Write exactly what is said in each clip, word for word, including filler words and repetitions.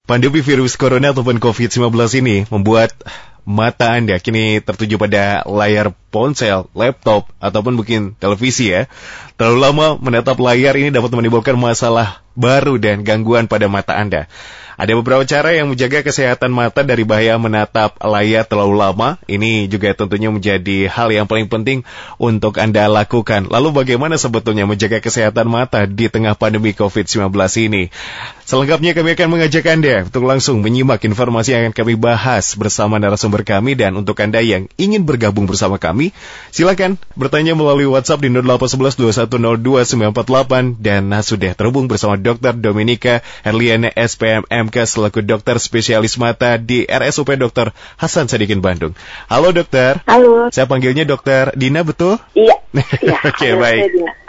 Pandemi virus corona ataupun covid sembilan belas ini membuat mata Anda kini tertuju pada layar ponsel, laptop, ataupun mungkin televisi ya. Terlalu lama menatap layar ini dapat menimbulkan masalah baru dan gangguan pada mata Anda. Ada beberapa cara yang menjaga kesehatan mata dari bahaya menatap layar terlalu lama. Ini juga tentunya menjadi hal yang paling penting untuk Anda lakukan. Lalu bagaimana sebetulnya menjaga kesehatan mata di tengah pandemi covid sembilan belas ini? Selengkapnya kami akan mengajak Anda untuk langsung menyimak informasi yang akan kami bahas bersama narasumber kami. Dan untuk Anda yang ingin bergabung bersama kami, silakan bertanya melalui WhatsApp di nol delapan satu satu dua satu nol dua sembilan empat delapan. Dan sudah terhubung bersama dokter Dominika Herliana S P M M K selaku dokter spesialis mata di R S U P dokter Hasan Sadikin Bandung. Halo dokter. Halo. Saya panggilnya dokter Dina, betul? Iya. Iya. Oke, baik.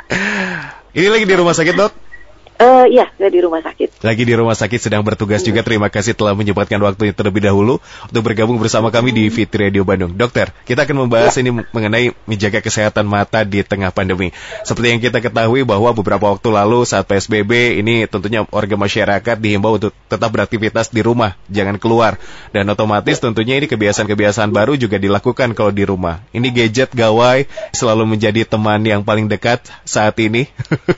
Ini lagi di rumah sakit, dok? Uh, iya, saya di rumah sakit. Lagi di rumah sakit sedang bertugas juga. Terima kasih telah menyempatkan waktunya terlebih dahulu untuk bergabung bersama kami di Fit Radio Bandung. Dokter, kita akan membahas ya. ini mengenai menjaga kesehatan mata di tengah pandemi. Seperti yang kita ketahui bahwa beberapa waktu lalu saat P S B B ini tentunya warga masyarakat dihimbau untuk tetap beraktivitas di rumah, jangan keluar. Dan otomatis tentunya ini kebiasaan-kebiasaan baru juga dilakukan kalau di rumah. Ini gadget, gawai selalu menjadi teman yang paling dekat saat ini.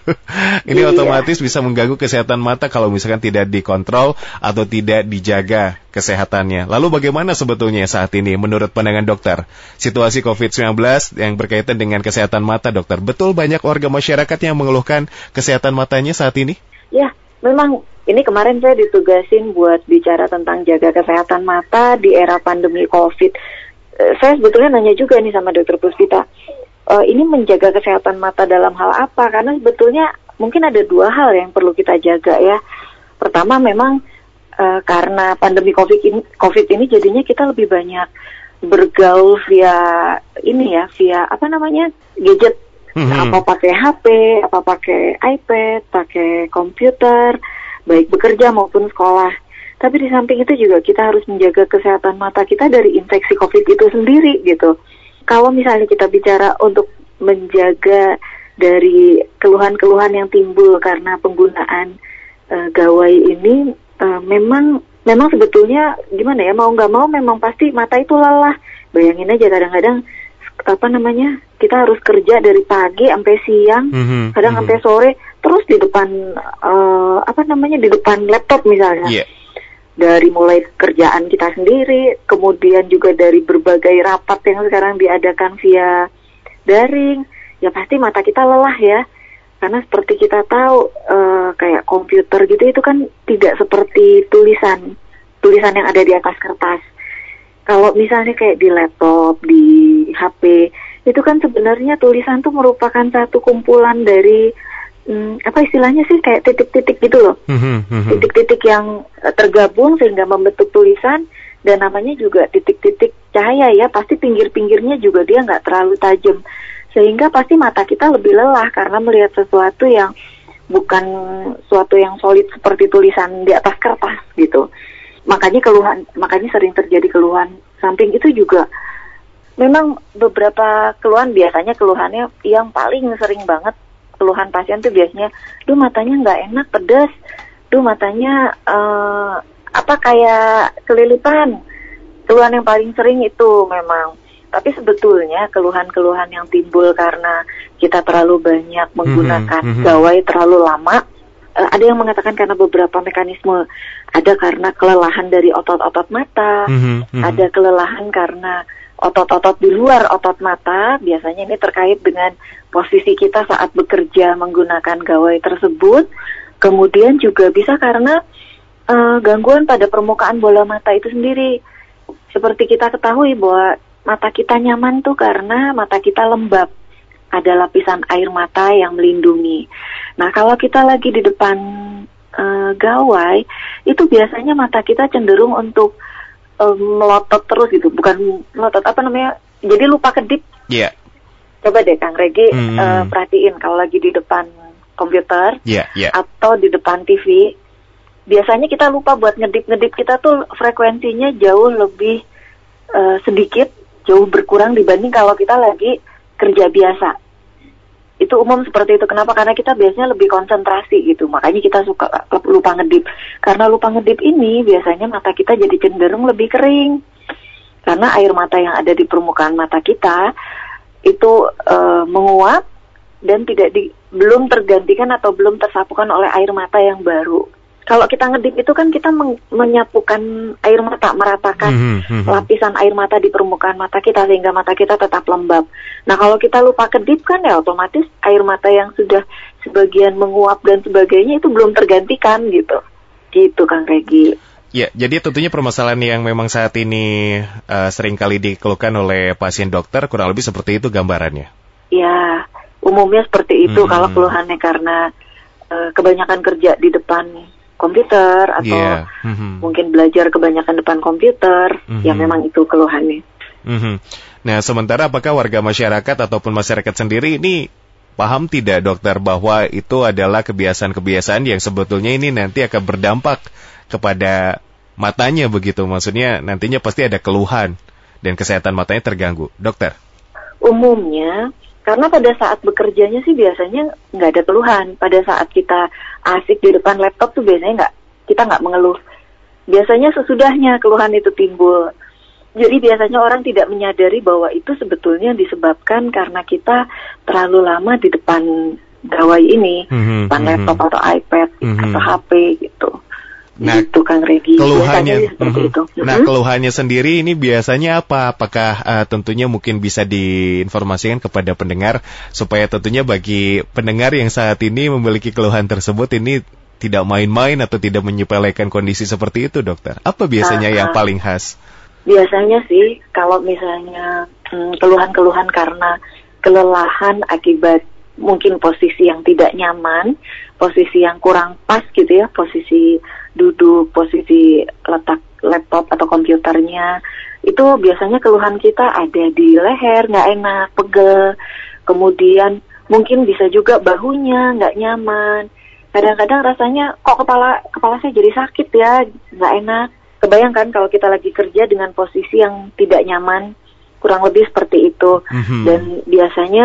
Ini iya. otomatis bisa mengganggu kesehatan mata kalau misalkan tidak dikontrol atau tidak dijaga kesehatannya. Lalu bagaimana sebetulnya saat ini menurut pandangan dokter situasi covid sembilan belas yang berkaitan dengan kesehatan mata, dokter? Betul banyak warga masyarakat yang mengeluhkan kesehatan matanya saat ini? Ya, memang ini kemarin saya ditugasin buat bicara tentang jaga kesehatan mata di era pandemi COVID. Saya sebetulnya nanya juga nih sama dokter Puspita, e, ini menjaga kesehatan mata dalam hal apa? Karena sebetulnya mungkin ada dua hal yang perlu kita jaga ya. Pertama memang e, karena pandemi COVID ini, COVID ini jadinya kita lebih banyak bergaul via ini ya, via apa namanya gadget, mm-hmm. apa pakai H P, apa pakai iPad, pakai komputer, baik bekerja maupun sekolah. Tapi di samping itu juga kita harus menjaga kesehatan mata kita dari infeksi COVID itu sendiri gitu. Kalau misalnya kita bicara untuk menjaga dari keluhan-keluhan yang timbul karena penggunaan uh, gawai ini, uh, memang memang sebetulnya gimana ya, mau nggak mau memang pasti mata itu lelah. Bayangin aja kadang-kadang apa namanya, kita harus kerja dari pagi sampai siang, mm-hmm, kadang mm-hmm. sampai sore, terus di depan uh, apa namanya di depan laptop misalnya. Yeah. Dari mulai kerjaan kita sendiri, kemudian juga dari berbagai rapat yang sekarang diadakan via daring. Ya pasti mata kita lelah ya, karena seperti kita tahu uh, kayak komputer gitu itu kan tidak seperti tulisan tulisan yang ada di atas kertas. Kalau misalnya kayak di laptop, di H P, itu kan sebenarnya tulisan tuh merupakan satu kumpulan dari hmm, apa istilahnya sih, kayak titik-titik gitu loh, mm-hmm. titik-titik yang tergabung sehingga membentuk tulisan, dan namanya juga titik-titik cahaya ya, pasti pinggir-pinggirnya juga dia nggak terlalu tajam. Sehingga pasti mata kita lebih lelah karena melihat sesuatu yang bukan sesuatu yang solid seperti tulisan di atas kertas gitu. Makanya keluhan, makanya sering terjadi keluhan samping itu juga. Memang beberapa keluhan, biasanya keluhannya yang paling sering banget keluhan pasien tuh biasanya, duh matanya nggak enak, pedas, duh matanya uh, apa kayak kelilipan. Keluhan yang paling sering itu memang. Tapi sebetulnya keluhan-keluhan yang timbul karena kita terlalu banyak menggunakan mm-hmm. gawai terlalu lama, uh, ada yang mengatakan karena beberapa mekanisme. Ada karena kelelahan dari otot-otot mata, mm-hmm. ada kelelahan karena otot-otot di luar otot mata. Biasanya ini terkait dengan posisi kita saat bekerja menggunakan gawai tersebut. Kemudian juga bisa karena uh, gangguan pada permukaan bola mata itu sendiri. Seperti kita ketahui bahwa mata kita nyaman tuh karena mata kita lembab, ada lapisan air mata yang melindungi. Nah kalau kita lagi di depan uh, gawai, itu biasanya mata kita cenderung untuk uh, melotot terus gitu, bukan melotot apa namanya, jadi lupa kedip. Iya. Yeah. Coba deh Kang Regi mm. uh, perhatiin kalau lagi di depan komputer yeah, yeah. atau di depan T V, biasanya kita lupa buat ngedip-ngedip, kita tuh frekuensinya jauh lebih uh, sedikit, jauh berkurang dibanding kalau kita lagi kerja biasa. Itu umum seperti itu. Kenapa? Karena kita biasanya lebih konsentrasi gitu. Makanya kita suka lupa ngedip. Karena lupa ngedip ini biasanya mata kita jadi cenderung lebih kering. Karena air mata yang ada di permukaan mata kita itu uh, menguap dan tidak di, belum tergantikan atau belum tersapukan oleh air mata yang baru. Kalau kita ngedip itu kan kita meng- menyapukan air mata, meratakan mm-hmm, mm-hmm. lapisan air mata di permukaan mata kita sehingga mata kita tetap lembab. Nah kalau kita lupa kedip kan ya otomatis air mata yang sudah sebagian menguap dan sebagainya itu belum tergantikan gitu. Gitu Kang Regi. Ya, jadi tentunya permasalahan yang memang saat ini uh, seringkali dikeluhkan oleh pasien dokter kurang lebih seperti itu gambarannya. Ya, umumnya seperti itu mm-hmm. kalau keluhannya karena uh, kebanyakan kerja di depan komputer atau yeah. mm-hmm. mungkin belajar kebanyakan depan komputer, mm-hmm. ya memang itu keluhannya. Mm-hmm. Nah, sementara apakah warga masyarakat ataupun masyarakat sendiri ini paham tidak dokter bahwa itu adalah kebiasaan-kebiasaan yang sebetulnya ini nanti akan berdampak kepada matanya begitu? Maksudnya nantinya pasti ada keluhan dan kesehatan matanya terganggu, dokter? Umumnya karena pada saat bekerjanya sih biasanya nggak ada keluhan. Pada saat kita asik di depan laptop tuh biasanya nggak, kita nggak mengeluh. Biasanya sesudahnya keluhan itu timbul. Jadi biasanya orang tidak menyadari bahwa itu sebetulnya disebabkan karena kita terlalu lama di depan gawai ini, mm-hmm, depan laptop mm-hmm. atau iPad mm-hmm. atau H P gitu. Nah, itu Kang Regi. Keluhannya, seperti mm-hmm. itu. Nah, keluhannya sendiri ini biasanya apa? Apakah uh, tentunya mungkin bisa diinformasikan kepada pendengar supaya tentunya bagi pendengar yang saat ini memiliki keluhan tersebut ini tidak main-main atau tidak menyepelekan kondisi seperti itu, dokter? Apa biasanya uh, yang paling khas? Biasanya sih kalau misalnya hmm, keluhan-keluhan karena kelelahan akibat mungkin posisi yang tidak nyaman, posisi yang kurang pas gitu ya, posisi duduk, posisi letak laptop atau komputernya, itu biasanya keluhan kita ada di leher, nggak enak, pegel, kemudian mungkin bisa juga bahunya nggak nyaman, kadang-kadang rasanya kok kepala kepala saya jadi sakit ya, nggak enak. Kebayangkan kalau kita lagi kerja dengan posisi yang tidak nyaman, kurang lebih seperti itu. Mm-hmm. Dan biasanya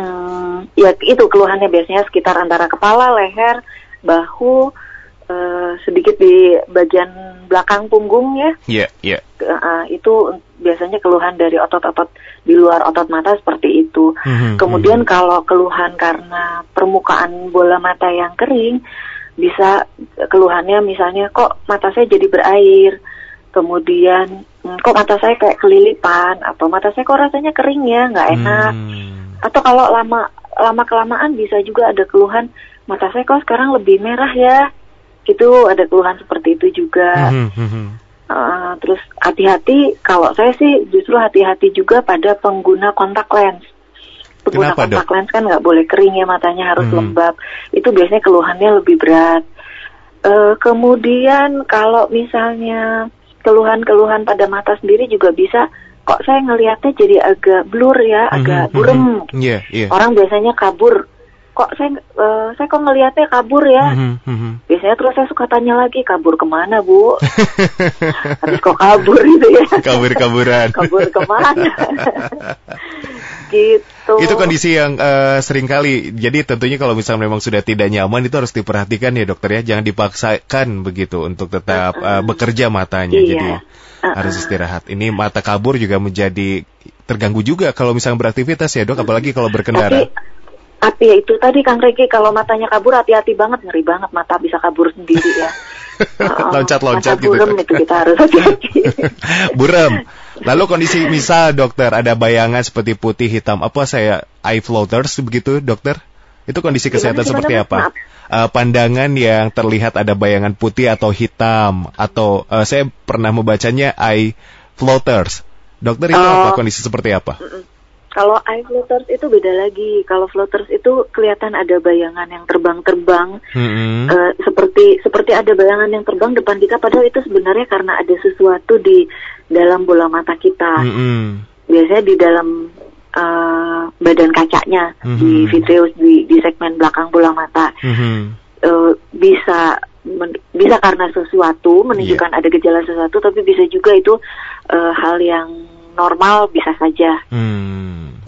hmm, ya itu keluhannya biasanya sekitar antara kepala, leher, bahu, uh, sedikit di bagian belakang punggung ya. Iya, yeah, iya. Yeah. Uh, itu biasanya keluhan dari otot-otot di luar otot mata seperti itu. Mm-hmm. Kemudian mm-hmm. kalau keluhan karena permukaan bola mata yang kering, bisa keluhannya misalnya kok mata saya jadi berair, kemudian kok mata saya kayak kelilipan, atau mata saya kok rasanya kering ya, nggak enak. Hmm. Atau kalau lama lama kelamaan bisa juga ada keluhan mata saya kok sekarang lebih merah ya, itu ada keluhan seperti itu juga. Hmm, hmm, hmm. Uh, terus hati-hati, kalau saya sih justru hati-hati juga pada pengguna kontak lens. Pengguna Kenapa, kontak dok? lens kan nggak boleh kering ya, matanya harus hmm. lembab. Itu biasanya keluhannya lebih berat. Uh, kemudian kalau misalnya keluhan-keluhan pada mata sendiri juga bisa, kok saya ngelihatnya jadi agak blur ya, agak mm-hmm, burem. Mm-hmm. Yeah, yeah. Orang biasanya kabur. Kok saya uh, saya kok ngelihatnya kabur ya. Mm-hmm, mm-hmm. Biasanya terus saya suka tanya lagi, kabur kemana Bu? Habis kok kabur gitu ya. Kabur-kaburan. Kabur kemana? Gitu. Itu kondisi yang uh, sering kali. Jadi tentunya kalau misalnya memang sudah tidak nyaman itu harus diperhatikan ya dokter ya. Jangan dipaksakan begitu untuk tetap uh-uh. uh, bekerja matanya. Iya. Jadi uh-uh. harus istirahat. Ini mata kabur juga menjadi terganggu juga kalau misalnya beraktivitas ya dok. Apalagi kalau berkendara. Tapi, tapi ya itu tadi Kang Regi, kalau matanya kabur hati-hati banget, ngeri banget mata bisa kabur sendiri ya. uh, Loncat-loncat gitu. Burem itu kita harus hati-hati. Burem. Lalu kondisi misal dokter ada bayangan seperti putih hitam, apa saya eye floaters begitu dokter? Itu kondisi kesehatan gimana, seperti gimana, apa? Uh, pandangan yang terlihat ada bayangan putih atau hitam, atau uh, saya pernah membacanya eye floaters. Dokter itu uh, apa kondisi seperti apa? Uh, Kalau eye floaters itu beda lagi. Kalau floaters itu kelihatan ada bayangan yang terbang-terbang, mm-hmm. uh, seperti seperti ada bayangan yang terbang depan kita. Padahal itu sebenarnya karena ada sesuatu di dalam bola mata kita. Mm-hmm. Biasanya di dalam uh, badan kacanya, mm-hmm. di vitreous, di, di segmen belakang bola mata. Mm-hmm. Uh, bisa men, bisa karena sesuatu menunjukkan yeah. ada gejala sesuatu, tapi bisa juga itu uh, hal yang normal bisa saja. Hmm.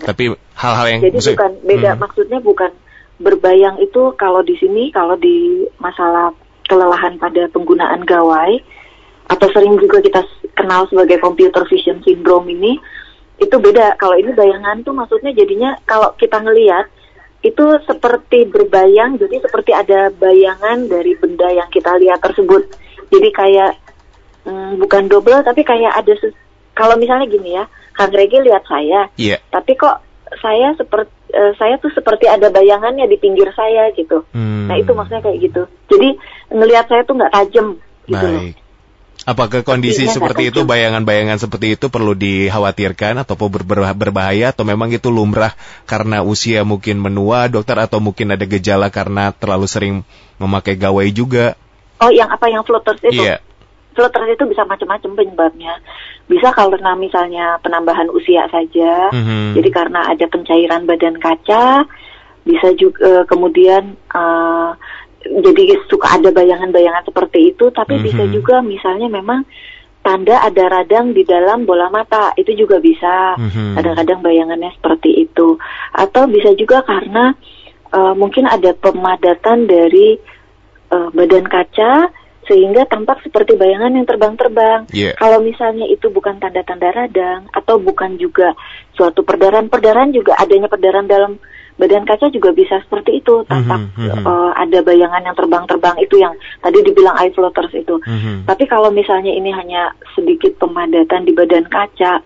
Tapi hal-hal yang jadi maksud, bukan beda, hmm. maksudnya bukan berbayang itu kalau di sini, kalau di masalah kelelahan pada penggunaan gawai atau sering juga kita kenal sebagai computer vision syndrome ini, itu beda. Kalau ini bayangan tuh maksudnya jadinya kalau kita ngelihat itu seperti berbayang, jadi seperti ada bayangan dari benda yang kita lihat tersebut. Jadi kayak hmm, bukan double tapi kayak ada ses- kalau misalnya gini ya, Kang Regi lihat saya, yeah. tapi kok saya seperti uh, saya tuh seperti ada bayangannya di pinggir saya gitu. Hmm. Nah itu maksudnya kayak gitu. Jadi ngelihat saya tuh nggak tajam. Gitu. Baik. Apakah kondisi Sepertinya seperti itu, bayangan-bayangan seperti itu perlu dikhawatirkan ataupun ber- berbahaya, atau memang itu lumrah karena usia mungkin menua, dokter, atau mungkin ada gejala karena terlalu sering memakai gawai juga? Oh, yang apa yang floaters itu? Iya. Yeah. Floaters itu bisa macam-macam penyebabnya. Bisa karena misalnya penambahan usia saja, mm-hmm. jadi karena ada pencairan badan kaca, bisa juga uh, kemudian uh, jadi suka ada bayangan-bayangan seperti itu, tapi mm-hmm. bisa juga misalnya memang tanda ada radang di dalam bola mata, itu juga bisa, mm-hmm. kadang-kadang bayangannya seperti itu. Atau bisa juga karena uh, mungkin ada pemadatan dari uh, badan kaca, sehingga tampak seperti bayangan yang terbang-terbang. Yeah. Kalau misalnya itu bukan tanda-tanda radang atau bukan juga suatu perdarahan, perdarahan juga adanya perdarahan dalam badan kaca juga bisa seperti itu. Tampak mm-hmm. uh, ada bayangan yang terbang-terbang, itu yang tadi dibilang eye floaters itu. Mm-hmm. Tapi kalau misalnya ini hanya sedikit pemadatan di badan kaca,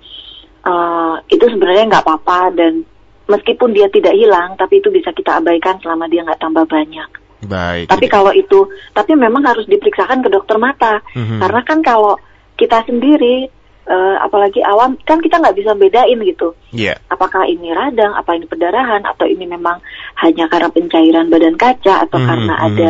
uh, itu sebenarnya nggak apa-apa, dan meskipun dia tidak hilang, tapi itu bisa kita abaikan selama dia nggak tambah banyak. Baik. Tapi kalau itu, tapi memang harus diperiksakan ke dokter mata, mm-hmm. karena kan kalau kita sendiri, uh, apalagi awam, kan kita nggak bisa bedain gitu. Yeah. Apakah ini radang, apa ini perdarahan, atau ini memang hanya karena pencairan badan kaca, atau mm-hmm. karena ada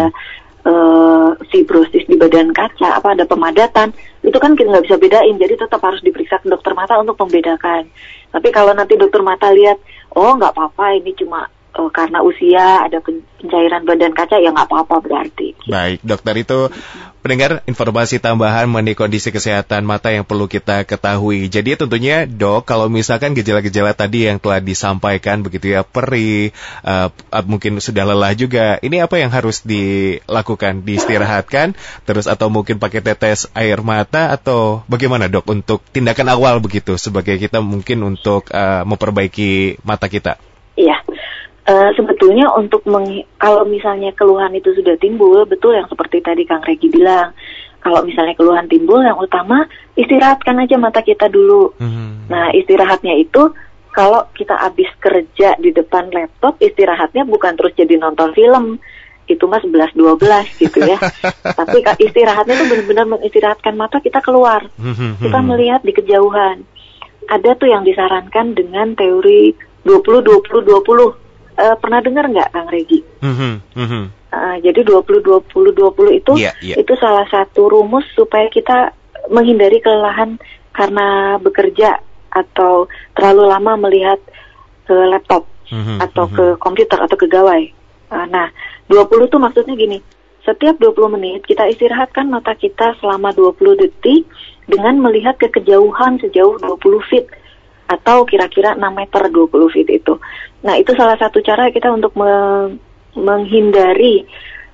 uh, fibrosis di badan kaca, apa ada pemadatan, itu kan kita nggak bisa bedain. Jadi tetap harus diperiksa ke dokter mata untuk membedakan. Tapi kalau nanti dokter mata lihat, oh nggak apa-apa, ini cuma Oh, karena usia ada pencairan badan kaca, ya nggak apa-apa berarti. Baik, dokter, itu pendengar informasi tambahan mengenai kondisi kesehatan mata yang perlu kita ketahui. Jadi tentunya dok, kalau misalkan gejala-gejala tadi yang telah disampaikan begitu ya, perih, uh, mungkin sudah lelah juga, ini apa yang harus dilakukan? Diistirahatkan terus atau mungkin pakai tetes air mata, atau bagaimana dok untuk tindakan awal begitu sebagai kita mungkin untuk uh, memperbaiki mata kita? Iya. Uh, sebetulnya untuk meng- kalau misalnya keluhan itu sudah timbul, betul yang seperti tadi Kang Regi bilang, kalau misalnya keluhan timbul, yang utama istirahatkan aja mata kita dulu. Mm-hmm. Nah, istirahatnya itu kalau kita habis kerja di depan laptop, istirahatnya bukan terus jadi nonton film, itu mah sebelas dua belas gitu ya. Tapi istirahatnya itu benar-benar mengistirahatkan mata kita keluar. Mm-hmm. Kita melihat di kejauhan. Ada tuh yang disarankan dengan teori dua puluh dua puluh dua puluh. Uh, pernah dengar nggak Kang Regi? Mm-hmm, mm-hmm. Uh, jadi dua puluh dua puluh dua puluh itu yeah, yeah. itu salah satu rumus supaya kita menghindari kelelahan karena bekerja atau terlalu lama melihat ke laptop mm-hmm, atau mm-hmm. ke komputer atau ke gawai. Uh, nah, dua puluh itu maksudnya gini, setiap dua puluh menit kita istirahatkan mata kita selama dua puluh detik dengan melihat ke kejauhan sejauh dua puluh feet. Atau kira-kira enam meter dua puluh feet itu. Nah, itu salah satu cara kita untuk me- menghindari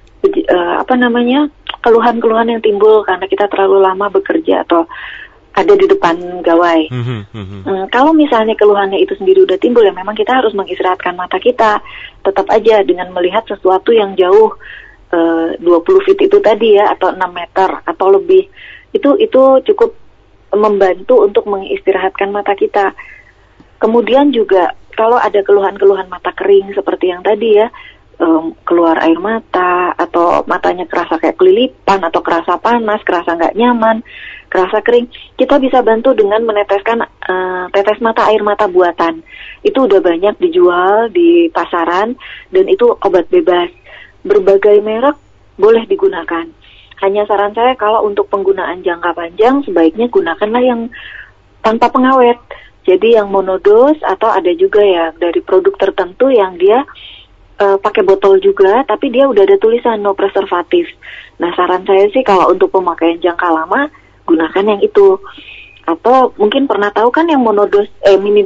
uh, apa namanya keluhan-keluhan yang timbul karena kita terlalu lama bekerja atau ada di depan gawai. Mm-hmm, mm-hmm. Hmm, kalau misalnya keluhannya itu sendiri udah timbul, ya memang kita harus mengistirahatkan mata kita. Tetap aja dengan melihat sesuatu yang jauh uh, dua puluh feet itu tadi ya, atau enam meter atau lebih. Itu itu cukup membantu untuk mengistirahatkan mata kita. Kemudian juga kalau ada keluhan-keluhan mata kering seperti yang tadi ya, um, keluar air mata atau matanya kerasa kayak kelilipan atau kerasa panas, kerasa nggak nyaman, kerasa kering, kita bisa bantu dengan meneteskan uh, tetes mata air mata buatan. Itu udah banyak dijual di pasaran dan itu obat bebas. Berbagai merek boleh digunakan. Hanya saran saya kalau untuk penggunaan jangka panjang sebaiknya gunakanlah yang tanpa pengawet. Jadi yang monodos atau ada juga ya dari produk tertentu yang dia uh, pakai botol juga tapi dia udah ada tulisan no preservatif. Nah, saran saya sih kalau untuk pemakaian jangka lama gunakan yang itu. Atau mungkin pernah tahu kan yang monodos eh minidos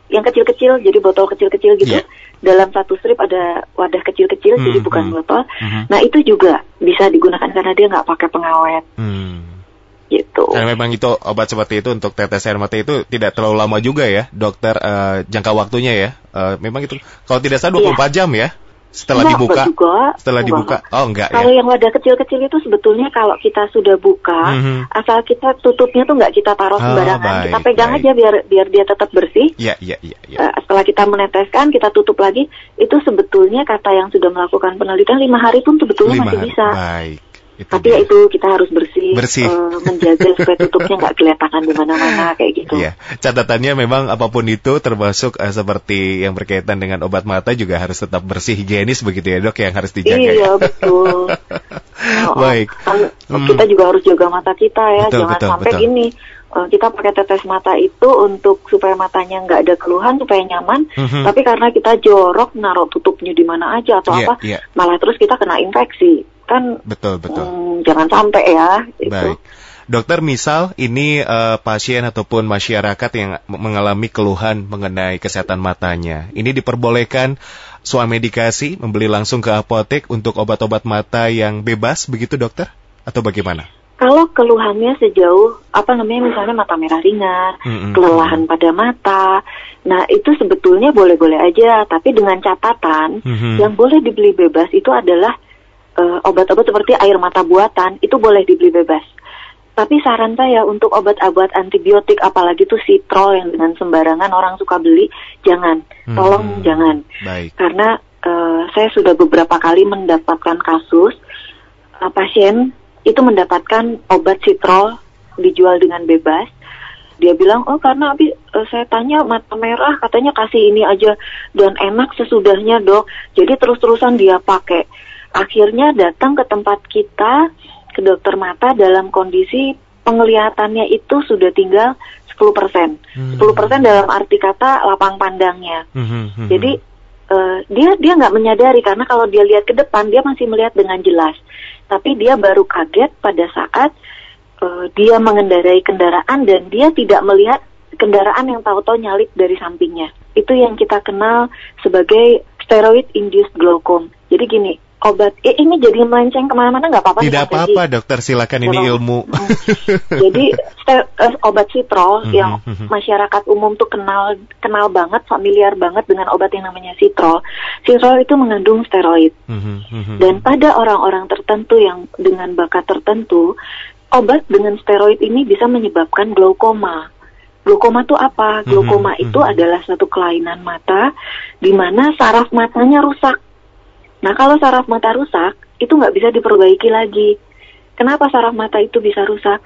yang kecil-kecil, jadi botol kecil-kecil gitu. Yeah. Dalam satu strip ada wadah kecil-kecil, hmm, jadi bukan hmm. botol. Hmm. Nah itu juga bisa digunakan karena dia nggak pakai pengawet. Hmm. Gitu. Karena memang itu obat seperti itu untuk tetes air mata itu tidak terlalu lama juga ya, dokter, uh, jangka waktunya ya. Uh, memang itu kalau tidak salah dua puluh empat yeah. jam ya. Setelah enggak, dibuka, juga, setelah enggak. dibuka, oh enggak kalau ya. yang wadah kecil-kecil itu sebetulnya kalau kita sudah buka, mm-hmm. asal kita tutupnya tuh nggak kita taruh sembarangan, oh, baik, kita pegang baik. aja biar biar dia tetap bersih. Iya, iya, iya. Ya. Uh, setelah kita meneteskan, kita tutup lagi, itu sebetulnya kata yang sudah melakukan penelitian lima hari pun sebetulnya masih hari. bisa. Baik. Itu Tapi dia. ya itu kita harus bersih, bersih. Uh, menjaga supaya tutupnya nggak kelihatan di mana-mana kayak gitu. Iya, catatannya memang apapun itu termasuk uh, seperti yang berkaitan dengan obat mata juga harus tetap bersih, higienis begitu ya dok, yang harus dijaga. Iya ya? betul. Oh, Baik. Kan, hmm. Kita juga harus jaga mata kita ya, betul, jangan betul, sampai betul. gini. Uh, kita pakai tetes mata itu untuk supaya matanya nggak ada keluhan, supaya nyaman. Mm-hmm. Tapi karena kita jorok naruh tutupnya di mana aja atau yeah, apa, yeah. malah terus kita kena infeksi. Kan betul betul hmm, jangan sampai ya itu. Baik. Dokter, misal ini uh, pasien ataupun masyarakat yang mengalami keluhan mengenai kesehatan matanya, ini diperbolehkan swamedikasi, membeli langsung ke apotek untuk obat-obat mata yang bebas begitu dokter, atau bagaimana? Kalau keluhannya sejauh apa namanya misalnya mata merah ringan, mm-hmm. kelelahan pada mata, nah itu sebetulnya boleh-boleh aja, tapi dengan catatan mm-hmm. yang boleh dibeli bebas itu adalah Uh, obat-obat seperti air mata buatan itu boleh dibeli bebas. Tapi saran saya untuk obat-obat antibiotik, apalagi itu sitrol yang dengan sembarangan orang suka beli, jangan. Tolong hmm. jangan. Baik. Karena uh, saya sudah beberapa kali mendapatkan kasus uh, pasien itu mendapatkan obat sitrol dijual dengan bebas. Dia bilang, oh karena abis uh, saya tanya mata merah, katanya kasih ini aja dan enak sesudahnya dok. Jadi terus-terusan dia pakai. Akhirnya datang ke tempat kita, ke dokter mata dalam kondisi penglihatannya itu sudah tinggal sepuluh persen. Hmm. sepuluh persen dalam arti kata lapang pandangnya. Hmm. Hmm. Jadi uh, dia dia nggak menyadari karena kalau dia lihat ke depan dia masih melihat dengan jelas. Tapi dia baru kaget pada saat uh, dia mengendarai kendaraan dan dia tidak melihat kendaraan yang tahu-tahu nyalip dari sampingnya. Itu yang kita kenal sebagai steroid induced glaucom. Jadi gini, obat eh, ini jadi melenceng kemana-mana nggak apa-apa. Tidak apa-apa dokter, silakan ini Tolong. ilmu. Hmm. Jadi ster, uh, obat sitrol mm-hmm. yang masyarakat umum tuh kenal kenal banget, familiar banget dengan obat yang namanya sitrol. Sitrol itu mengandung steroid. Mm-hmm. Dan pada orang-orang tertentu yang dengan bakat tertentu, obat dengan steroid ini bisa menyebabkan glaukoma. Glaukoma itu apa? Glaukoma mm-hmm. itu adalah satu kelainan mata di mana saraf matanya rusak. Nah kalau saraf mata rusak, itu nggak bisa diperbaiki lagi. Kenapa saraf mata itu bisa rusak?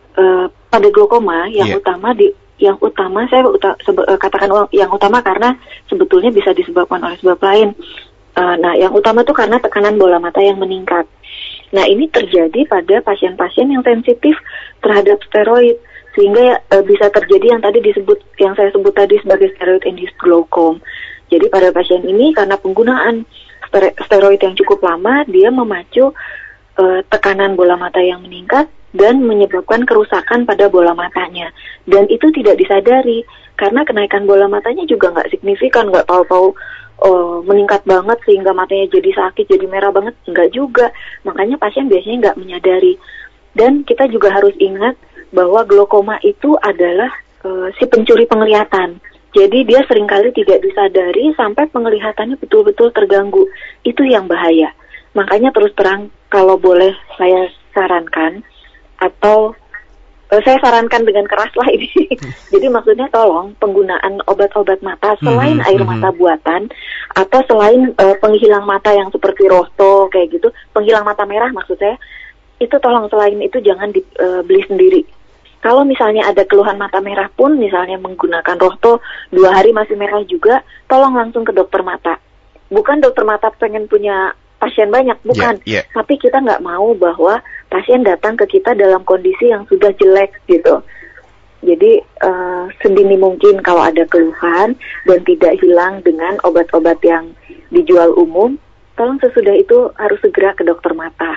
E, pada glaukoma yang yeah. utama di yang utama saya uta, sebe, katakan yang utama karena sebetulnya bisa disebabkan oleh sebab lain. E, nah yang utama itu karena tekanan bola mata yang meningkat. Nah ini terjadi pada pasien-pasien yang sensitif terhadap steroid sehingga e, bisa terjadi yang tadi disebut yang saya sebut tadi sebagai steroid induced glaucom. Jadi pada pasien ini karena penggunaan steroid yang cukup lama, dia memacu uh, tekanan bola mata yang meningkat dan menyebabkan kerusakan pada bola matanya. Dan itu tidak disadari, karena kenaikan bola matanya juga nggak signifikan, nggak tahu-tahu uh, meningkat banget sehingga matanya jadi sakit, jadi merah banget, nggak juga. Makanya pasien biasanya nggak menyadari. Dan kita juga harus ingat bahwa glaukoma itu adalah uh, si pencuri penglihatan. Jadi dia seringkali tidak disadari sampai penglihatannya betul-betul terganggu. Itu yang bahaya. Makanya terus terang kalau boleh saya sarankan atau eh, saya sarankan dengan keras lah ini. Jadi maksudnya tolong penggunaan obat-obat mata selain mm-hmm. air mata buatan atau selain eh, penghilang mata yang seperti Rohto kayak gitu, penghilang mata merah maksud saya, itu tolong selain itu jangan dibeli sendiri. Kalau misalnya ada keluhan mata merah pun, misalnya menggunakan Rohto, dua hari masih merah juga, tolong langsung ke dokter mata. Bukan dokter mata pengen punya pasien banyak, bukan. Yeah, yeah. Tapi kita nggak mau bahwa pasien datang ke kita dalam kondisi yang sudah jelek gitu. Jadi uh, sedini mungkin kalau ada keluhan dan tidak hilang dengan obat-obat yang dijual umum, tolong sesudah itu harus segera ke dokter mata.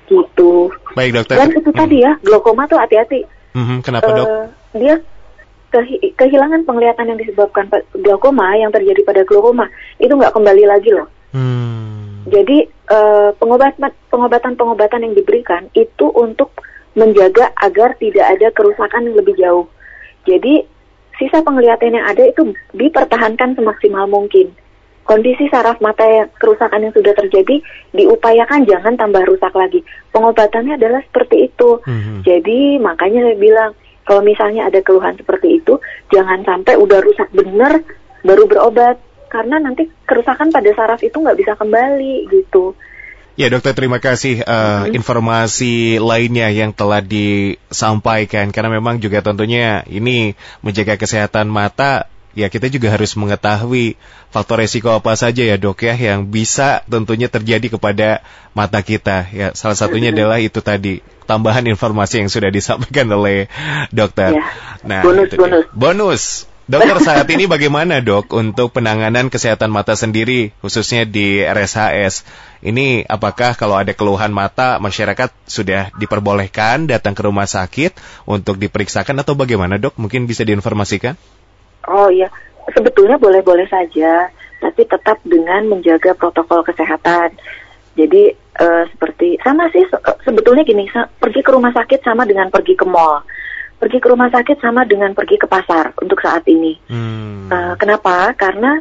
Gitu. Baik dokter. Dan itu hmm. tadi ya, glaukoma tuh hati-hati. Mm-hmm. Kenapa dok? Uh, dia kehi- kehilangan penglihatan yang disebabkan pa- glaukoma yang terjadi pada glaukoma itu nggak kembali lagi loh. Hmm. Jadi uh, pengobatan pengobatan-pengobatan yang diberikan itu untuk menjaga agar tidak ada kerusakan yang lebih jauh. Jadi sisa penglihatan yang ada itu dipertahankan semaksimal mungkin. Kondisi saraf mata yang kerusakan yang sudah terjadi diupayakan jangan tambah rusak lagi. Pengobatannya adalah seperti itu. Hmm. Jadi makanya saya bilang kalau misalnya ada keluhan seperti itu jangan sampai udah rusak bener baru berobat. Karena nanti kerusakan pada saraf itu nggak bisa kembali gitu. Ya dokter, terima kasih uh, hmm. informasi lainnya yang telah disampaikan. Karena memang juga tentunya ini menjaga kesehatan mata, ya kita juga harus mengetahui faktor resiko apa saja ya dok ya yang bisa tentunya terjadi kepada mata kita. Ya salah satunya hmm. adalah itu tadi tambahan informasi yang sudah disampaikan oleh dokter. Ya. Nah, bonus, bonus. Bonus. Dokter, saat ini bagaimana dok untuk penanganan kesehatan mata sendiri khususnya di R S H S? Ini apakah kalau ada keluhan mata masyarakat sudah diperbolehkan datang ke rumah sakit untuk diperiksakan atau bagaimana dok? Mungkin bisa diinformasikan? Oh iya, sebetulnya boleh-boleh saja, tapi tetap dengan menjaga protokol kesehatan. Jadi uh, seperti sama sih se- sebetulnya gini, se- pergi ke rumah sakit sama dengan pergi ke mall. Pergi ke rumah sakit sama dengan pergi ke pasar untuk saat ini. Hmm. Uh, kenapa? Karena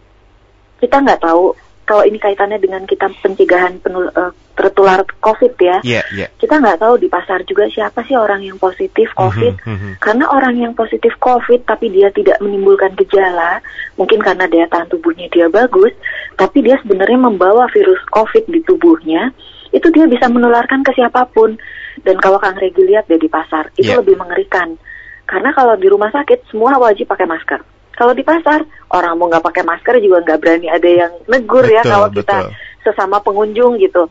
kita nggak tahu kalau ini kaitannya dengan kita pencegahan penul- uh, tertular COVID ya. Yeah, yeah. Kita nggak tahu di pasar juga siapa sih orang yang positif COVID. Mm-hmm. Karena orang yang positif COVID tapi dia tidak menimbulkan gejala, mungkin karena daya tahan tubuhnya dia bagus, tapi dia sebenarnya membawa virus COVID di tubuhnya. Itu dia bisa menularkan ke siapapun. Dan kalau Kang Regi lihat deh di pasar, itu yeah. lebih mengerikan. Karena kalau di rumah sakit, semua wajib pakai masker. Kalau di pasar, orang mau nggak pakai masker juga nggak berani ada yang negur betul, ya kalau kita betul. Sesama pengunjung gitu.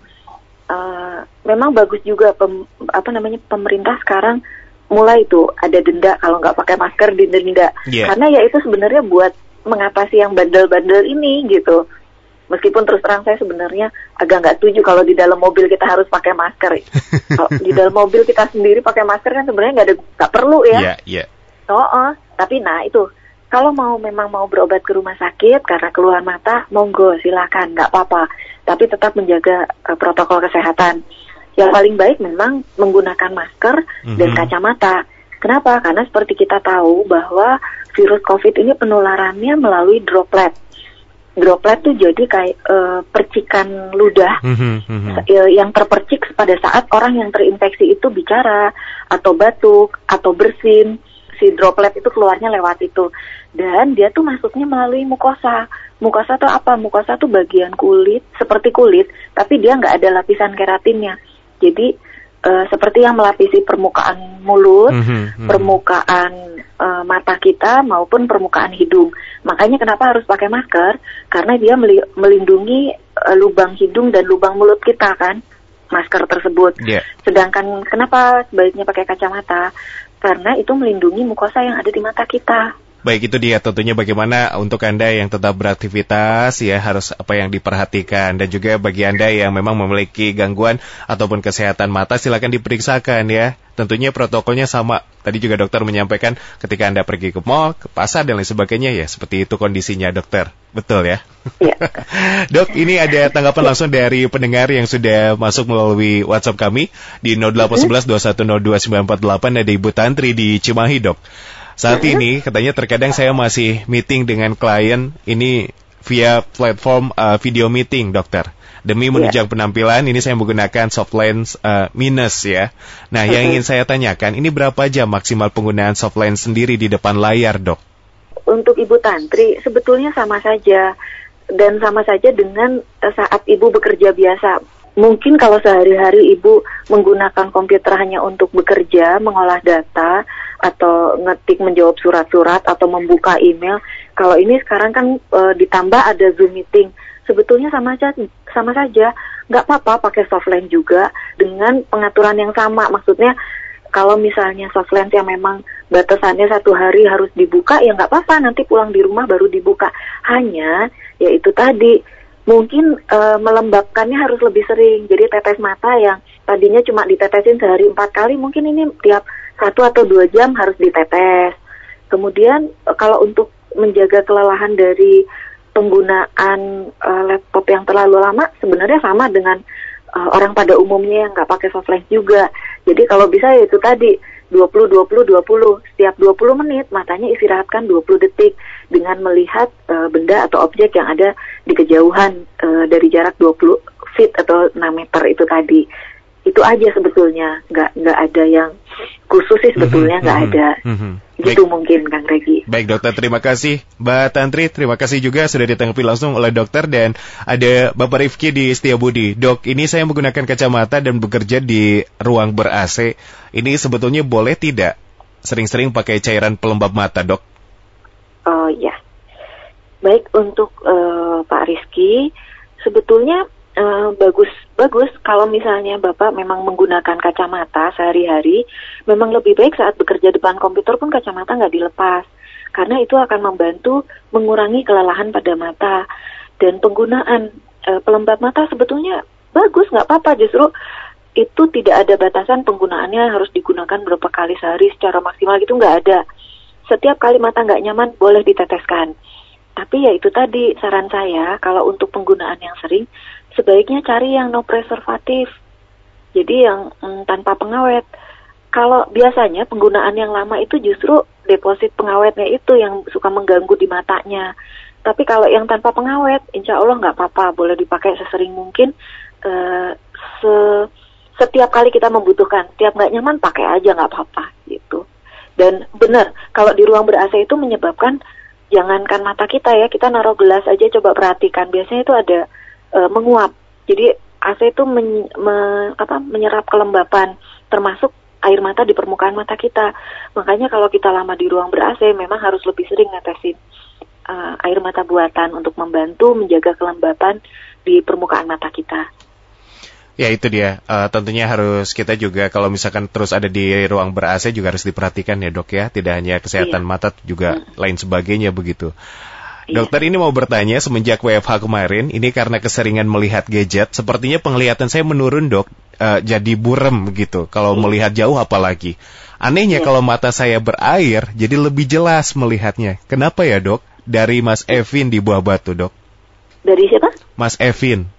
Uh, memang bagus juga pem, apa namanya pemerintah sekarang mulai tuh ada denda kalau nggak pakai masker didenda. Yeah. Karena ya itu sebenarnya buat mengatasi yang bandel-bandel ini gitu. Meskipun terus terang saya sebenarnya agak nggak setuju kalau di dalam mobil kita harus pakai masker. Kalau di dalam mobil kita sendiri pakai masker kan sebenarnya nggak ada nggak perlu ya. Iya, iya. Oh, oh, tapi nah itu kalau mau memang mau berobat ke rumah sakit karena keluhan mata, monggo silakan, nggak apa-apa. Tapi tetap menjaga uh, protokol kesehatan. Yang paling baik memang menggunakan masker mm-hmm. dan kacamata. Kenapa? Karena seperti kita tahu bahwa virus COVID ini penularannya melalui droplet. Droplet tuh jadi kayak uh, percikan ludah mm-hmm, mm-hmm. yang terpercik pada saat orang yang terinfeksi itu bicara atau batuk atau bersin. Si droplet itu keluarnya lewat itu. Dan dia tuh masuknya melalui mukosa. Mukosa tuh apa? Mukosa tuh bagian kulit, seperti kulit, tapi dia nggak ada lapisan keratinnya. Jadi uh, seperti yang melapisi permukaan mulut, mm-hmm, mm-hmm. permukaan uh, mata kita maupun permukaan hidung. Makanya kenapa harus pakai masker? Karena dia meli- melindungi uh, lubang hidung dan lubang mulut kita kan, masker tersebut. Yeah. Sedangkan kenapa sebaiknya pakai kacamata? Karena itu melindungi mukosa yang ada di mata kita. Baik, itu dia tentunya bagaimana untuk Anda yang tetap beraktivitas ya harus apa yang diperhatikan, dan juga bagi Anda yang memang memiliki gangguan ataupun kesehatan mata silakan diperiksakan ya. Tentunya protokolnya sama. Tadi juga dokter menyampaikan ketika Anda pergi ke mall, ke pasar dan lain sebagainya ya seperti itu kondisinya dokter. Betul ya? Iya. Dok, ini ada tanggapan langsung dari pendengar yang sudah masuk melalui WhatsApp kami di nol delapan satu satu dua satu nol dua sembilan empat delapan, ada Ibu Tantri di Cimahi, Dok. Saat ini katanya terkadang saya masih meeting dengan klien ini via platform uh, video meeting, dokter. Demi menunjang yeah. penampilan ini saya menggunakan soft lens uh, minus ya. Nah, yang ingin saya tanyakan, ini berapa jam maksimal penggunaan soft lens sendiri di depan layar, Dok? Untuk Ibu Tantri sebetulnya sama saja, dan sama saja dengan uh, saat Ibu bekerja biasa. Mungkin kalau sehari-hari Ibu menggunakan komputer hanya untuk bekerja, mengolah data, atau ngetik menjawab surat-surat, atau membuka email. Kalau ini sekarang kan e, ditambah ada Zoom meeting. Sebetulnya sama aja, sama saja. Nggak apa-apa pakai soft lens juga dengan pengaturan yang sama. Maksudnya kalau misalnya soft lens yang memang batasannya satu hari harus dibuka, ya nggak apa-apa. Nanti pulang di rumah baru dibuka. Hanya, ya itu tadi. Mungkin uh, melembabkannya harus lebih sering. Jadi tetes mata yang tadinya cuma ditetesin sehari empat kali, mungkin ini tiap satu atau dua jam harus ditetes. Kemudian uh, kalau untuk menjaga kelelahan dari penggunaan uh, laptop yang terlalu lama, sebenarnya sama dengan uh, orang pada umumnya yang nggak pakai soft lens juga. Jadi kalau bisa ya itu tadi dua puluh dua puluh dua puluh, setiap dua puluh menit matanya istirahatkan dua puluh detik dengan melihat uh, benda atau objek yang ada di kejauhan uh, dari jarak dua puluh feet atau enam meter itu tadi. Itu aja sebetulnya, nggak nggak ada yang khusus sih sebetulnya, nggak mm-hmm, ada. Mm-hmm. Gitu Baik. Mungkin Kang Regi. Baik dokter, terima kasih. Mbak Tantri, terima kasih juga sudah ditanggapi langsung oleh dokter. Dan ada Bapak Rifki di Setiabudi. Dok, ini saya menggunakan kacamata dan bekerja di ruang ber-A C. Ini sebetulnya boleh tidak sering-sering pakai cairan pelembab mata, dok? Oh ya. Baik, untuk uh, Pak Rizky, sebetulnya Uh, bagus, bagus kalau misalnya Bapak memang menggunakan kacamata sehari-hari, memang lebih baik saat bekerja depan komputer pun kacamata nggak dilepas, karena itu akan membantu mengurangi kelelahan pada mata. Dan penggunaan uh, pelembab mata sebetulnya bagus, nggak apa-apa, justru itu tidak ada batasan penggunaannya harus digunakan berapa kali sehari secara maksimal gitu, nggak ada. Setiap kali mata nggak nyaman boleh diteteskan. Tapi ya itu tadi saran saya, kalau untuk penggunaan yang sering, sebaiknya cari yang no preservatif, jadi yang mm, tanpa pengawet. Kalau biasanya penggunaan yang lama itu justru deposit pengawetnya itu yang suka mengganggu di matanya. Tapi kalau yang tanpa pengawet, insya Allah nggak apa-apa, boleh dipakai sesering mungkin. Uh, se setiap kali kita membutuhkan, setiap nggak nyaman pakai aja nggak apa-apa gitu. Dan benar, kalau di ruang ber-A C itu menyebabkan jangankan mata kita ya, kita naruh gelas aja, coba perhatikan, biasanya itu ada E, menguap. Jadi A C itu men, me, apa, menyerap kelembapan, termasuk air mata di permukaan mata kita. Makanya kalau kita lama di ruang ber-A C, memang harus lebih sering netesin uh, air mata buatan untuk membantu menjaga kelembapan di permukaan mata kita. Ya itu dia, uh, tentunya harus kita juga kalau misalkan terus ada di ruang ber-A C juga harus diperhatikan ya dok ya. Tidak hanya kesehatan iya. mata, juga hmm. lain sebagainya begitu. Dokter ini mau bertanya, semenjak W F H kemarin, ini karena keseringan melihat gadget, sepertinya penglihatan saya menurun dok, uh, jadi burem gitu, kalau iya. melihat jauh apalagi. Anehnya iya. kalau mata saya berair, jadi lebih jelas melihatnya. Kenapa ya dok? Dari Mas Evin di Buah Batu dok. Dari siapa? Mas Evin.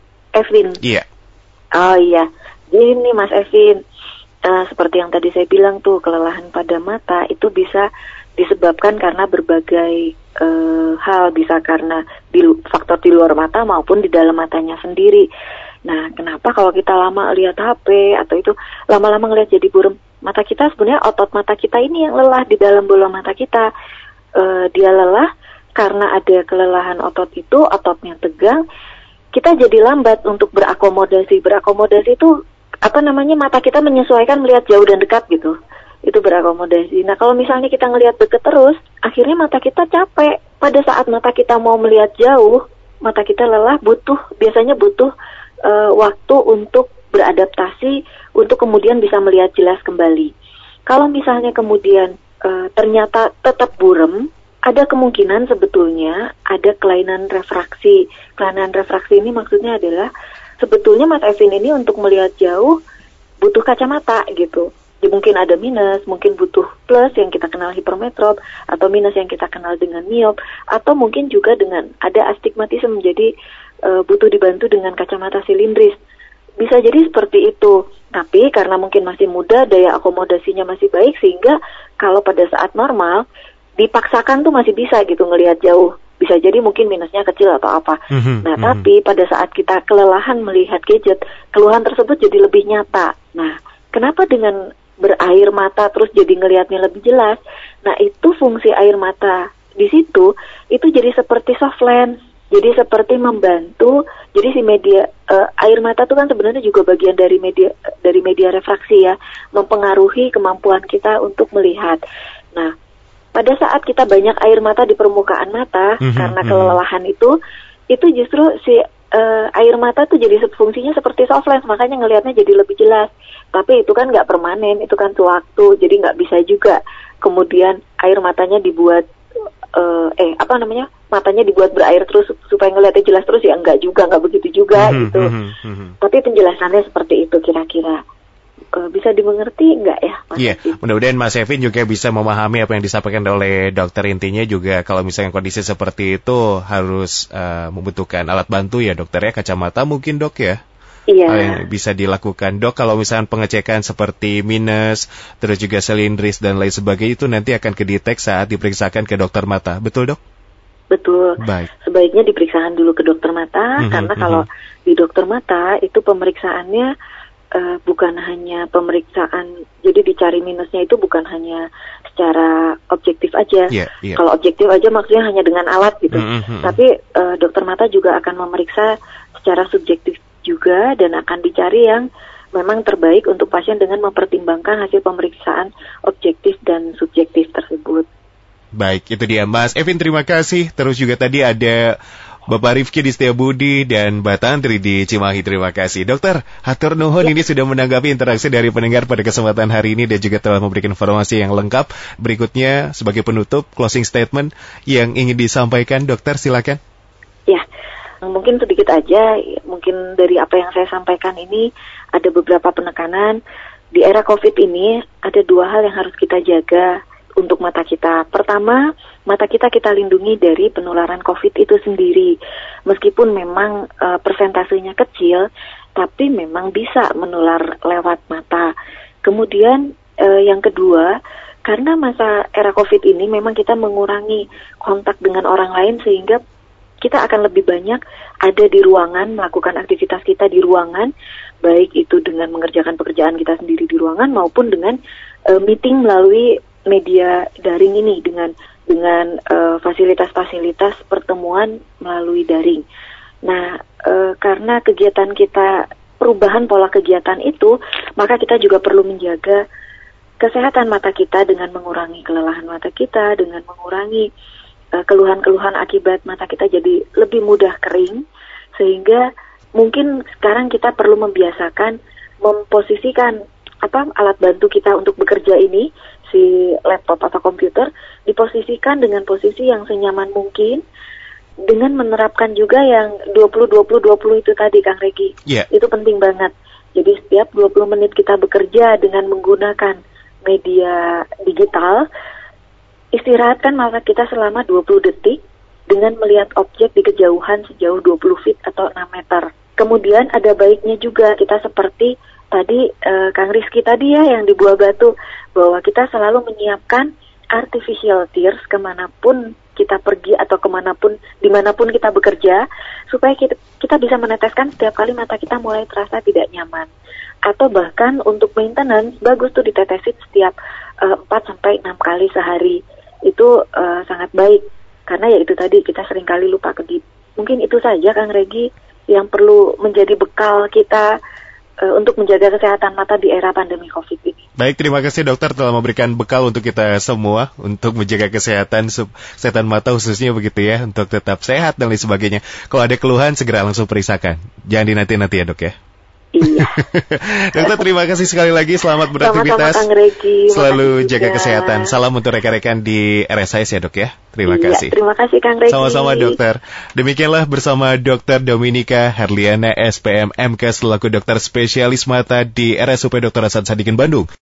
Evin? Iya. Oh iya, gini Mas Evin, uh, seperti yang tadi saya bilang tuh, kelelahan pada mata itu bisa disebabkan karena berbagai uh, hal, bisa karena di, faktor di luar mata maupun di dalam matanya sendiri. Nah, kenapa kalau kita lama lihat H P atau itu lama-lama ngelihat jadi buram mata kita, sebenarnya otot mata kita ini yang lelah di dalam bola mata kita. Uh, dia lelah karena ada kelelahan otot itu, ototnya tegang, kita jadi lambat untuk berakomodasi. Berakomodasi itu apa namanya, mata kita menyesuaikan melihat jauh dan dekat gitu. Itu berakomodasi. Nah, kalau misalnya kita ngelihat deket terus, akhirnya mata kita capek. Pada saat mata kita mau melihat jauh, mata kita lelah, butuh biasanya butuh uh, waktu untuk beradaptasi untuk kemudian bisa melihat jelas kembali. Kalau misalnya kemudian uh, ternyata tetap buram, ada kemungkinan sebetulnya ada kelainan refraksi. Kelainan refraksi ini maksudnya adalah sebetulnya Mas Evin ini untuk melihat jauh butuh kacamata gitu. Jadi mungkin ada minus, mungkin butuh plus yang kita kenal hipermetrop, atau minus yang kita kenal dengan miop, atau mungkin juga dengan ada astigmatisme, jadi e, butuh dibantu dengan kacamata silindris. Bisa jadi seperti itu, tapi karena mungkin masih muda, daya akomodasinya masih baik, sehingga kalau pada saat normal, dipaksakan tuh masih bisa gitu ngelihat jauh. Bisa jadi mungkin minusnya kecil atau apa. Mm-hmm, nah, mm-hmm. tapi pada saat kita kelelahan melihat gadget, keluhan tersebut jadi lebih nyata. Nah, kenapa dengan berair mata terus jadi ngelihatnya lebih jelas? Nah, itu fungsi air mata di situ itu jadi seperti soft lens, jadi seperti membantu. Jadi si media uh, air mata itu kan sebenarnya juga bagian dari media dari media refraksi ya, mempengaruhi kemampuan kita untuk melihat. Nah, pada saat kita banyak air mata di permukaan mata mm-hmm, karena kelelahan mm-hmm. itu, itu justru si uh, air mata tuh jadi fungsinya seperti soft lens, makanya ngelihatnya jadi lebih jelas. Tapi itu kan nggak permanen, itu kan sewaktu, jadi nggak bisa juga kemudian air matanya dibuat uh, eh apa namanya matanya dibuat berair terus supaya ngelihatnya jelas terus, ya enggak juga, nggak begitu juga mm-hmm, gitu. Mm-hmm. Tapi penjelasannya seperti itu kira-kira. uh, bisa dimengerti nggak ya, Mas? Iya, yeah, mudah-mudahan Mas Evin juga bisa memahami apa yang disampaikan oleh dokter. Intinya juga kalau misalnya kondisi seperti itu harus uh, membutuhkan alat bantu ya dokter ya, kacamata mungkin dok ya. Iya. Hal yang bisa dilakukan dok kalau misalnya pengecekan seperti minus, terus juga selindris dan lain sebagainya itu nanti akan kedetek saat diperiksakan ke dokter mata, betul dok? Betul. Baik. Sebaiknya diperiksakan dulu ke dokter mata, mm-hmm, karena kalau mm-hmm. di dokter mata itu pemeriksaannya uh, bukan hanya pemeriksaan, jadi dicari minusnya itu bukan hanya secara objektif aja. Yeah, yeah. Kalau objektif aja maksudnya hanya dengan alat gitu. Mm-hmm. Tapi uh, dokter mata juga akan memeriksa secara subjektif juga dan akan dicari yang memang terbaik untuk pasien dengan mempertimbangkan hasil pemeriksaan objektif dan subjektif tersebut. Baik, itu dia Mas Evin, terima kasih. Terus juga tadi ada Bapak Rifki di Setiabudi dan Mbak Tantri di Cimahi, terima kasih. Dokter, hatur nuhun, ya. Ini sudah menanggapi interaksi dari pendengar pada kesempatan hari ini dan juga telah memberikan informasi yang lengkap. Berikutnya sebagai penutup, closing statement yang ingin disampaikan, dokter silakan. Ya. Mungkin sedikit aja, mungkin dari apa yang saya sampaikan ini ada beberapa penekanan. Di era COVID ini ada dua hal yang harus kita jaga untuk mata kita. Pertama, mata kita kita lindungi dari penularan COVID itu sendiri. Meskipun memang uh, persentasenya kecil, tapi memang bisa menular lewat mata. Kemudian uh, yang kedua, karena masa era COVID ini memang kita mengurangi kontak dengan orang lain sehingga kita akan lebih banyak ada di ruangan, melakukan aktivitas kita di ruangan, baik itu dengan mengerjakan pekerjaan kita sendiri di ruangan maupun dengan uh, meeting melalui media daring ini, dengan dengan uh, fasilitas-fasilitas pertemuan melalui daring. Nah, uh, karena kegiatan kita, perubahan pola kegiatan itu, maka kita juga perlu menjaga kesehatan mata kita dengan mengurangi kelelahan mata kita, dengan mengurangi keluhan-keluhan akibat mata kita jadi lebih mudah kering, sehingga mungkin sekarang kita perlu membiasakan memposisikan apa alat bantu kita untuk bekerja ini, si laptop atau komputer, diposisikan dengan posisi yang senyaman mungkin, dengan menerapkan juga yang dua puluh dua puluh dua puluh itu tadi Kang Regi. Yeah. Itu penting banget. Jadi setiap dua puluh menit kita bekerja dengan menggunakan media digital, istirahatkan mata kita selama dua puluh detik dengan melihat objek di kejauhan sejauh dua puluh feet atau enam meter. Kemudian ada baiknya juga kita seperti tadi eh, Kang Rizky tadi ya yang di Buah Batu, bahwa kita selalu menyiapkan artificial tears kemanapun kita pergi atau kemanapun, dimanapun kita bekerja, supaya kita, kita bisa meneteskan setiap kali mata kita mulai terasa tidak nyaman. Atau bahkan untuk maintenance, bagus tuh ditetesin setiap uh, empat sampai enam kali sehari. Itu uh, sangat baik, karena ya itu tadi kita seringkali lupa kedip. Mungkin itu saja Kang Regi yang perlu menjadi bekal kita uh, untuk menjaga kesehatan mata di era pandemi COVID ini. Baik, terima kasih dokter telah memberikan bekal untuk kita semua untuk menjaga kesehatan kesehatan mata khususnya begitu ya, untuk tetap sehat dan lain sebagainya. Kalau ada keluhan segera langsung periksakan, jangan dinanti-nanti ya dok ya. Iya. Dokter, terima kasih sekali lagi, selamat beraktivitas. Sama-sama Kang Regi, selalu jaga kesehatan. Salam untuk rekan-rekan di R S I S ya dok ya. Terima iya, kasih. Terima kasih Kang Regi. Sama-sama dokter. Demikianlah bersama dokter Dominika Herliana S P M M K selaku dokter spesialis mata di R S U P Dokter Hasan Sadikin Bandung.